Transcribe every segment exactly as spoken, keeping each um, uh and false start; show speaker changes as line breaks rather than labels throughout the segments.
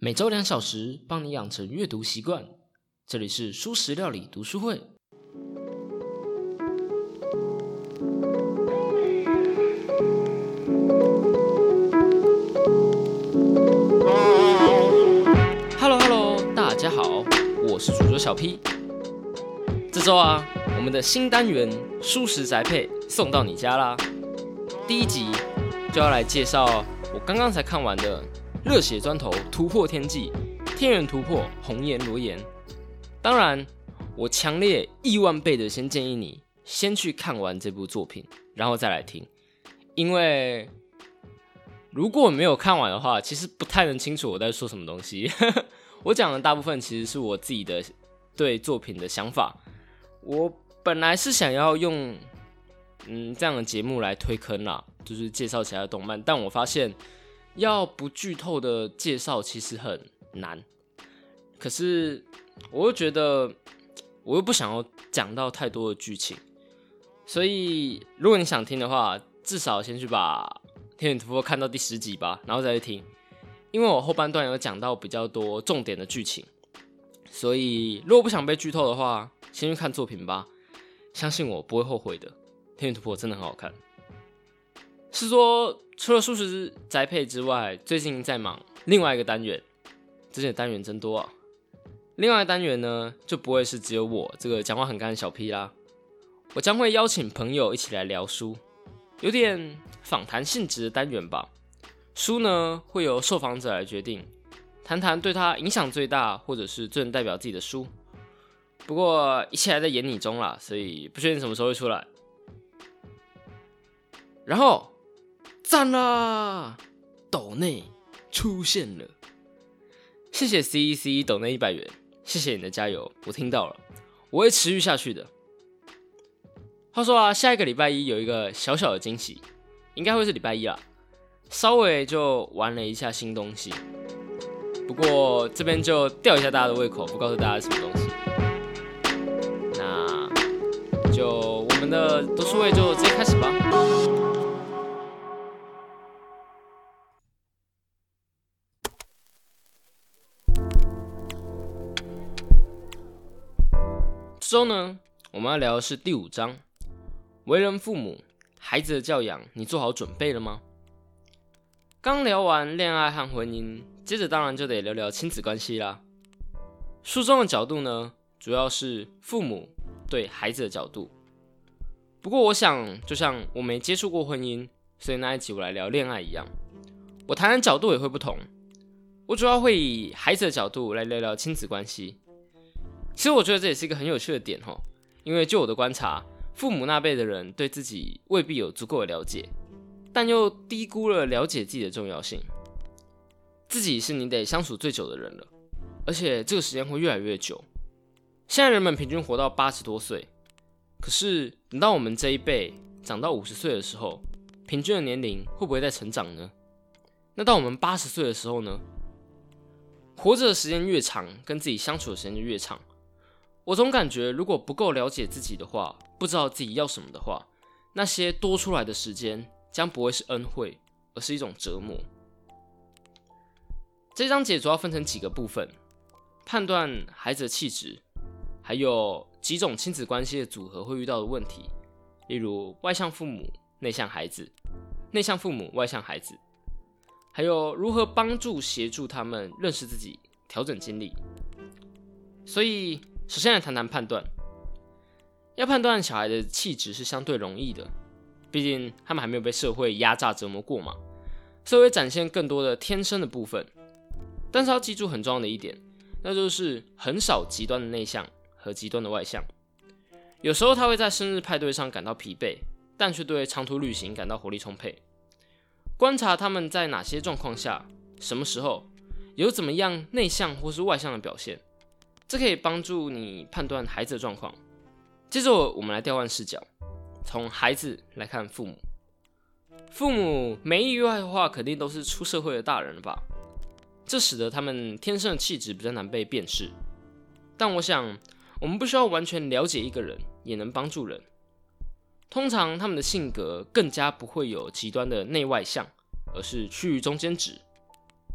每周两小时，帮你养成阅读习惯。这里是蔬食料理读书会。Hello Hello， 大家好，我是主播小 P。这周啊，我们的新单元蔬食宅配送到你家啦。第一集就要来介绍我刚刚才看完的热血砖头突破天际，天元突破红颜罗颜。当然，我强烈亿万倍的先建议你先去看完这部作品，然后再来听，因为如果没有看完的话，其实不太能清楚我在说什么东西。我讲的大部分其实是我自己的对作品的想法。我本来是想要用嗯这样的节目来推坑啦，就是介绍其他的动漫，但我发现要不剧透的介绍其实很难，可是我又觉得我又不想要讲到太多的剧情，所以如果你想听的话，至少先去把《天元突破》看到第十集吧，然后再去听，因为我后半段有讲到比较多重点的剧情，所以如果不想被剧透的话，先去看作品吧，相信我不会后悔的，《天元突破》真的很好看。是说除了蔬食宅配之外，最近在忙另外一个单元，最近的单元真多啊。另外一个单元呢，就不会是只有我这个讲话很干的小 P 啦，我将会邀请朋友一起来聊书，有点访谈性质的单元吧。书呢会由受访者来决定，谈谈对他影响最大或者是最能代表自己的书。不过一切还在研拟中啦，所以不确定什么时候会出来。然后赞啦！斗内出现了，谢谢 C E C 斗内一百元，谢谢你的加油，我听到了，我会持续下去的。话说啊，下一个礼拜一有一个小小的惊喜，应该会是礼拜一啦，稍微就玩了一下新东西，不过这边就吊一下大家的胃口，不告诉大家是什么东西。那就我们的读书会就直接开始吧。这周呢，我们要聊的是第五章，为人父母，孩子的教养，你做好准备了吗？刚聊完恋爱和婚姻，接着当然就得聊聊亲子关系啦。书中的角度呢，主要是父母对孩子的角度。不过我想，就像我没接触过婚姻，所以那一集我来聊恋爱一样，我谈的角度也会不同。我主要会以孩子的角度来聊聊亲子关系。其实我觉得这也是一个很有趣的点齁，因为就我的观察，父母那辈的人对自己未必有足够的了解，但又低估了了解自己的重要性。自己是你得相处最久的人了，而且这个时间会越来越久。现在人们平均活到八十多岁，可是等到我们这一辈长到五十岁的时候，平均的年龄会不会再成长呢？那到我们八十岁的时候呢？活着的时间越长，跟自己相处的时间就越长。我总感觉，如果不够了解自己的话，不知道自己要什么的话，那些多出来的时间将不会是恩惠，而是一种折磨。这章节主要分成几个部分，判断孩子的气质，还有几种亲子关系的组合会遇到的问题，例如外向父母、内向孩子，内向父母、外向孩子，还有如何帮助协助他们认识自己、调整精力。所以首先来谈谈判断。要判断小孩的气质是相对容易的，毕竟他们还没有被社会压榨折磨过嘛，所以会展现更多的天生的部分。但是要记住很重要的一点，那就是很少极端的内向和极端的外向。有时候他会在生日派对上感到疲惫，但却对长途旅行感到活力充沛。观察他们在哪些状况下、什么时候有怎么样内向或是外向的表现，这可以帮助你判断孩子的状况。接着我们来调换视角，从孩子来看父母。父母没意外的话，肯定都是出社会的大人了吧？这使得他们天生的气质比较难被辨识。但我想，我们不需要完全了解一个人，也能帮助人。通常他们的性格更加不会有极端的内外向，而是趋于中间值。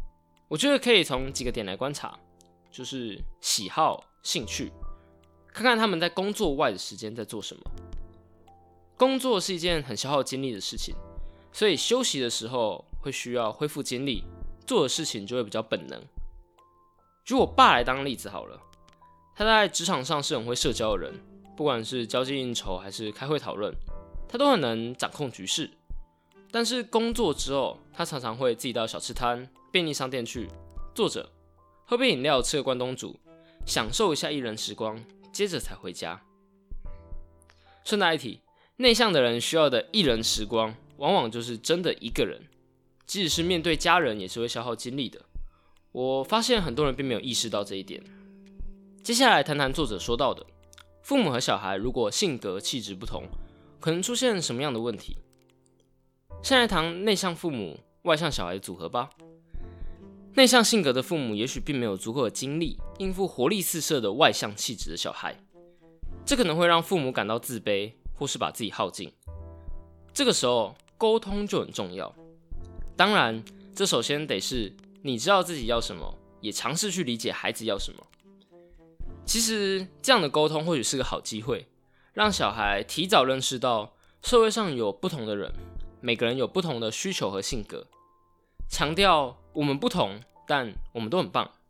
我觉得可以从几个点来观察，就是喜好、兴趣，看看他们在工作外的时间在做什么。工作是一件很消耗精力的事情，所以休息的时候会需要恢复精力，做的事情就会比较本能。举我爸来当例子好了，他在职场上是很会社交的人，不管是交际应酬还是开会讨论，他都很能掌控局势。但是工作之后，他常常会自己到小吃摊、便利商店去坐着，喝杯饮料，吃个关东煮，享受一下一人时光，接着才回家。顺带一提，内向的人需要的一人时光，往往就是真的一个人，即使是面对家人，也是会消耗精力的。我发现很多人并没有意识到这一点。接下来谈谈作者说到的，父母和小孩如果性格气质不同，可能出现什么样的问题。先来谈内向父母、外向小孩的组合吧。内向性格的父母也许并没有足够的精力应付活力四射的外向气质的小孩，这可能会让父母感到自卑，或是把自己耗尽。这个时候，沟通就很重要。当然，这首先得是你知道自己要什么，也尝试去理解孩子要什么。其实，这样的沟通或许是个好机会，让小孩提早认识到社会上有不同的人，每个人有不同的需求和性格，强调我们不同，但我们都很棒。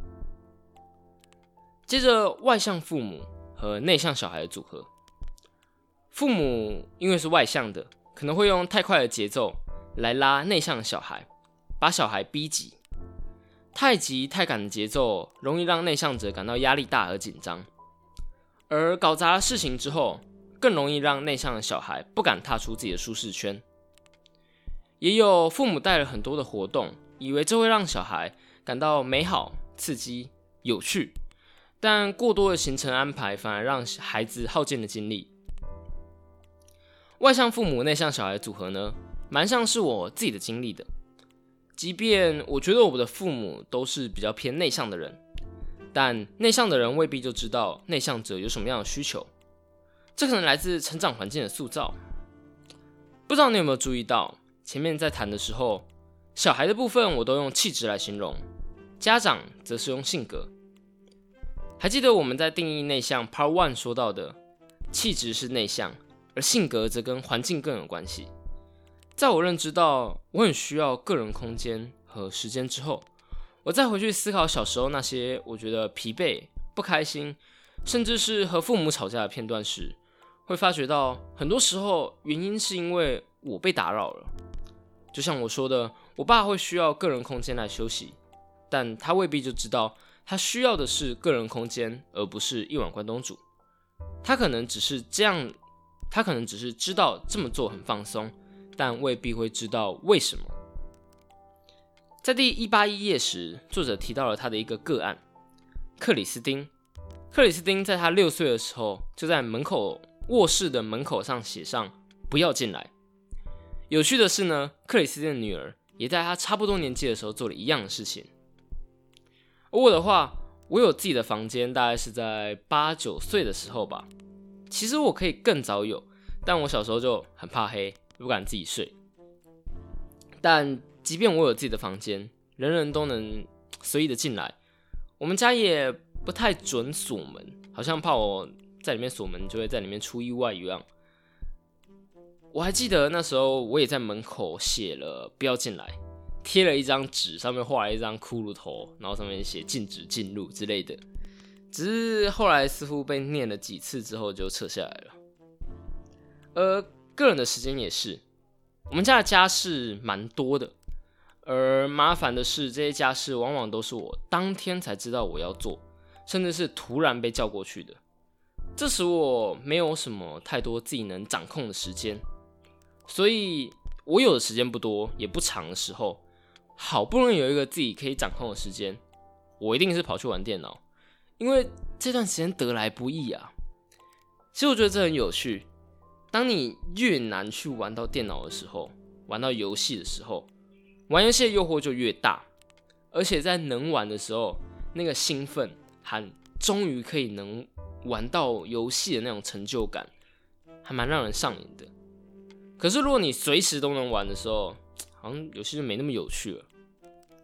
接着，外向父母和内向小孩的组合。父母因为是外向的，可能会用太快的节奏来拉内向的小孩，把小孩逼急。太急太赶的节奏容易让内向者感到压力大和紧张，而搞砸了事情之后，更容易让内向的小孩不敢踏出自己的舒适圈。也有父母带了很多的活动，以为这会让小孩感到美好、刺激、有趣，但过多的行程安排反而让孩子耗尽了精力。外向父母内向小孩的组合呢，蛮像是我自己的经历的。即便我觉得我的父母都是比较偏内向的人，但内向的人未必就知道内向者有什么样的需求，这可能来自成长环境的塑造。不知道你有没有注意到，前面在谈的时候，小孩的部分我都用气质来形容，家长则是用性格。还记得我们在定义内向 Part 一 说到的，气质是内向，而性格则跟环境更有关系。在我认知到我很需要个人空间和时间之后，我再回去思考小时候那些我觉得疲惫、不开心，甚至是和父母吵架的片段时，会发觉到很多时候原因是因为我被打扰了。就像我说的，我爸会需要个人空间来休息，但他未必就知道他需要的是个人空间，而不是一碗关东煮。他可能只是这样，他可能只是知道这么做很放松，但未必会知道为什么。在第一百八十一页时，作者提到了他的一个个案，克里斯汀。克里斯汀在他六岁的时候，就在门口卧室的门口上写上“不要进来”。有趣的是呢，克里斯汀的女儿也在他差不多年纪的时候做了一样的事情。而我的话，我有自己的房间，大概是在八九岁的时候吧。其实我可以更早有，但我小时候就很怕黑，不敢自己睡。但即便我有自己的房间，人人都能随意的进来，我们家也不太准锁门，好像怕我在里面锁门就会在里面出意外一样。我还记得那时候我也在门口写了不要进来，贴了一张纸，上面画了一张骷髅头，然后上面写禁止进入之类的。只是后来似乎被念了几次之后就撤下来了。而个人的时间也是，我们家的家事蛮多的，而麻烦的是这些家事往往都是我当天才知道我要做，甚至是突然被叫过去的。这使我没有什么太多自己能掌控的时间，所以我有的时间不多也不长的时候，好不容易有一个自己可以掌控的时间，我一定是跑去玩电脑，因为这段时间得来不易啊。其实我觉得这很有趣，当你越难去玩到电脑的时候，玩到游戏的时候，玩游戏的诱惑就越大，而且在能玩的时候，那个兴奋和终于可以能玩到游戏的那种成就感，还蛮让人上瘾的。可是如果你随时都能玩的时候，好像游戏就没那么有趣了。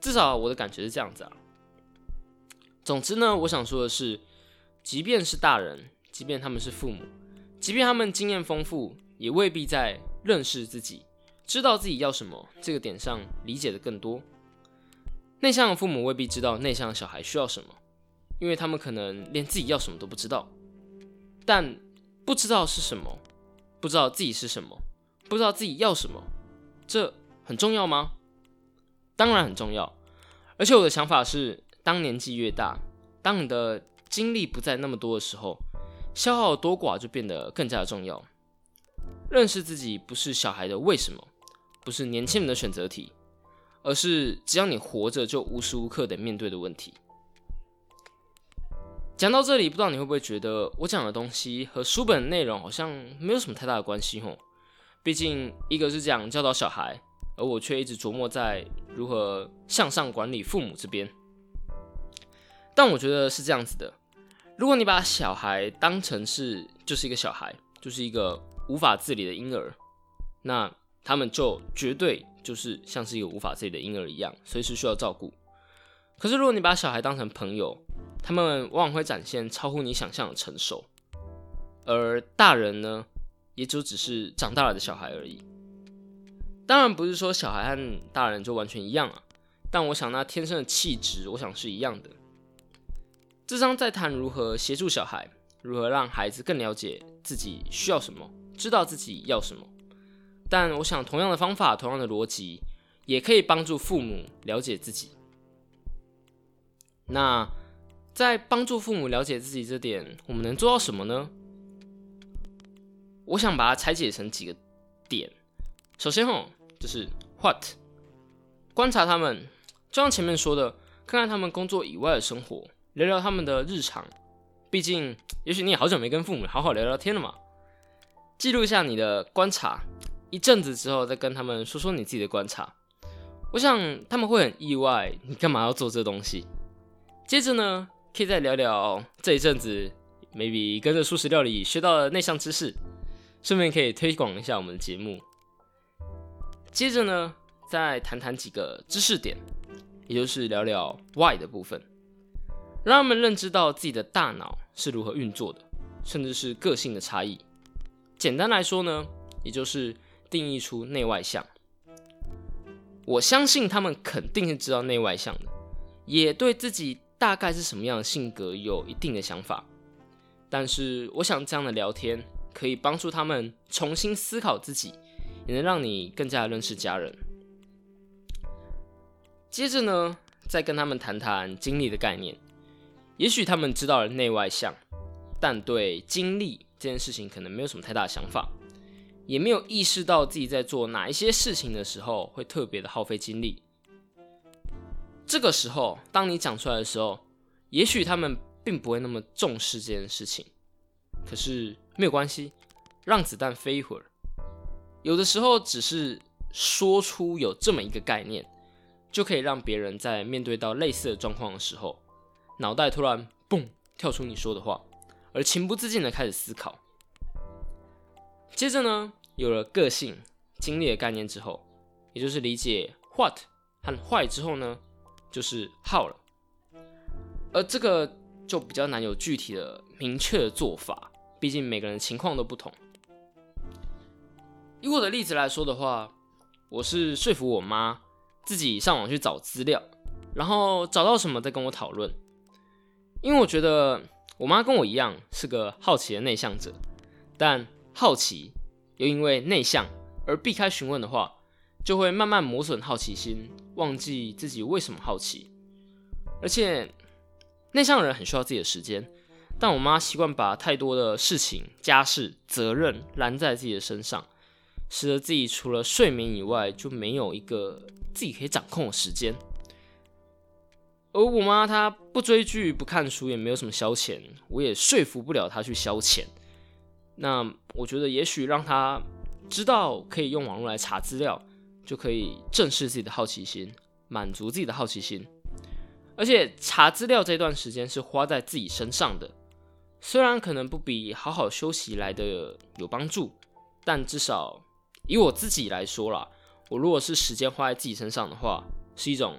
至少我的感觉是这样子啊。总之呢，我想说的是，即便是大人，即便他们是父母，即便他们经验丰富，也未必在认识自己、知道自己要什么这个点上理解的更多。内向的父母未必知道内向的小孩需要什么，因为他们可能连自己要什么都不知道。但不知道是什么，不知道自己是什么，不知道自己要什么，这很重要吗？当然很重要。而且我的想法是，当年纪越大，当你的精力不再那么多的时候，消耗多寡就变得更加的重要。认识自己不是小孩的为什么，不是年轻人的选择题，而是只要你活着就无时无刻得面对的问题。讲到这里，不知道你会不会觉得我讲的东西和书本的内容好像没有什么太大的关系吼？毕竟一个是讲教导小孩，而我却一直琢磨在如何向上管理父母这边。但我觉得是这样子的，如果你把小孩当成是就是一个小孩，就是一个无法自理的婴儿，那他们就绝对就是像是一个无法自理的婴儿一样，随时需要照顾。可是如果你把小孩当成朋友，他们往往会展现超乎你想象的成熟，而大人呢，也就只是长大了的小孩而已。当然不是说小孩和大人就完全一样啊，但我想那天生的气质，我想是一样的。这章在谈如何协助小孩，如何让孩子更了解自己需要什么，知道自己要什么。但我想同样的方法，同样的逻辑，也可以帮助父母了解自己。那在帮助父母了解自己这点，我们能做到什么呢？我想把它拆解成几个点。首先吼，就是 what， 观察他们，就像前面说的，看看他们工作以外的生活，聊聊他们的日常。毕竟，也许你也好久没跟父母好好聊聊天了嘛。记录一下你的观察，一阵子之后再跟他们说说你自己的观察。我想他们会很意外，你干嘛要做这东西？接着呢，可以再聊聊这一阵子 maybe 跟着素食料理学到的内向知识，顺便可以推广一下我们的节目。接着呢，再谈谈几个知识点，也就是聊聊 why 的部分，让他们认知到自己的大脑是如何运作的，甚至是个性的差异。简单来说呢，也就是定义出内外向。我相信他们肯定是知道内外向的，也对自己大概是什么样的性格有一定的想法。但是我想这样的聊天可以帮助他们重新思考自己，也能让你更加认识家人。接着呢，再跟他们谈谈精力的概念。也许他们知道了内外向，但对精力这件事情可能没有什么太大的想法，也没有意识到自己在做哪一些事情的时候会特别的耗费精力。这个时候，当你讲出来的时候，也许他们并不会那么重视这件事情。可是没有关系，让子弹飞一会儿。有的时候只是说出有这么一个概念，就可以让别人在面对到类似的状况的时候，脑袋突然蹦跳出你说的话，而情不自禁的开始思考。接着呢，有了个性、经历的概念之后，也就是理解 what 和 why 之后呢，就是 how 了。而这个就比较难有具体的、明确的做法，毕竟每个人的情况都不同。以我的例子来说的话，我是说服我妈自己上网去找资料，然后找到什么再跟我讨论。因为我觉得我妈跟我一样是个好奇的内向者，但好奇又因为内向而避开询问的话，就会慢慢磨损好奇心，忘记自己为什么好奇。而且内向的人很需要自己的时间，但我妈习惯把太多的事情、家事、责任揽在自己的身上，使得自己除了睡眠以外，就没有一个自己可以掌控的时间。而我妈她不追剧、不看书，也没有什么消遣，我也说服不了她去消遣。那我觉得也许让她知道可以用网络来查资料，就可以正视自己的好奇心，满足自己的好奇心。而且查资料这段时间是花在自己身上的，虽然可能不比好好休息来的有帮助，但至少以我自己来说啦，我如果是时间花在自己身上的话，是一种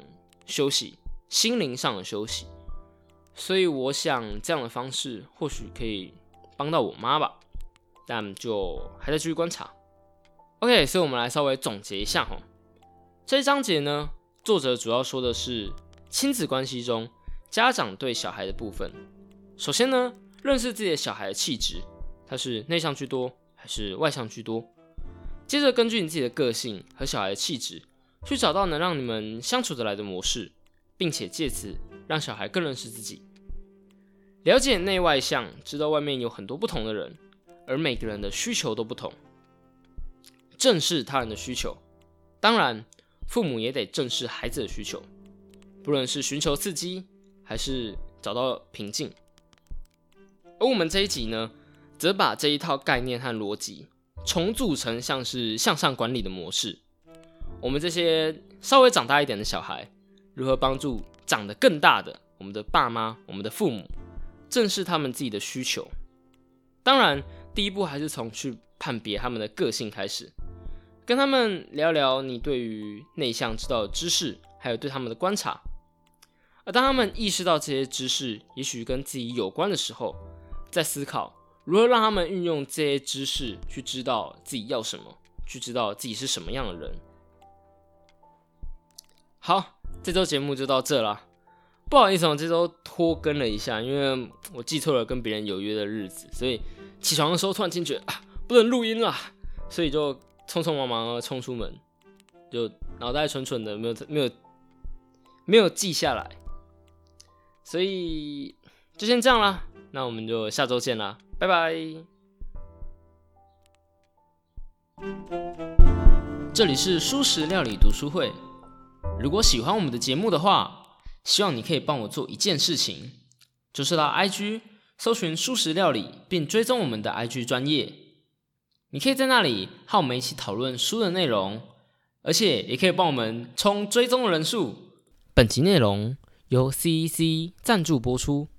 休息，心灵上的休息。所以我想这样的方式或许可以帮到我妈吧，但就还在继续观察。OK， 所以我们来稍微总结一下齁。这一章节呢，作者主要说的是亲子关系中家长对小孩的部分。首先呢，认识自己的小孩的气质，他是内向居多还是外向居多。接着根据你自己的个性和小孩的气质，去找到能让你们相处得来的模式，并且借此让小孩更认识自己。了解内外向，知道外面有很多不同的人，而每个人的需求都不同。正视他人的需求，当然父母也得正视孩子的需求，不论是寻求刺激还是找到平静。而我们这一集呢，则把这一套概念和逻辑重组成像是向上管理的模式。我们这些稍微长大一点的小孩，如何帮助长得更大的我们的爸妈、我们的父母，正视他们自己的需求。当然，第一步还是从去判别他们的个性开始，跟他们聊聊你对于内向知道的知识，还有对他们的观察。而当他们意识到这些知识也许跟自己有关的时候，再思考如何让他们运用这些知识去知道自己要什么，去知道自己是什么样的人。好，这周节目就到这啦。不好意思，我这周拖更了一下，因为我记错了跟别人有约的日子，所以起床的时候突然间觉得啊，不能录音啦，所以就匆匆忙忙的冲出门，就脑袋蠢蠢的，没有没有没有记下来，所以就先这样啦。那我们就下周见啦，拜拜。这里是蔬食料理读书会。如果喜欢我们的节目的话，希望你可以帮我做一件事情，就是到 I G 搜寻蔬食料理，并追踪我们的 I G 专页。你可以在那里和我们一起讨论书的内容，而且也可以帮我们冲追踪的人数。本集内容由 C E C 赞助播出。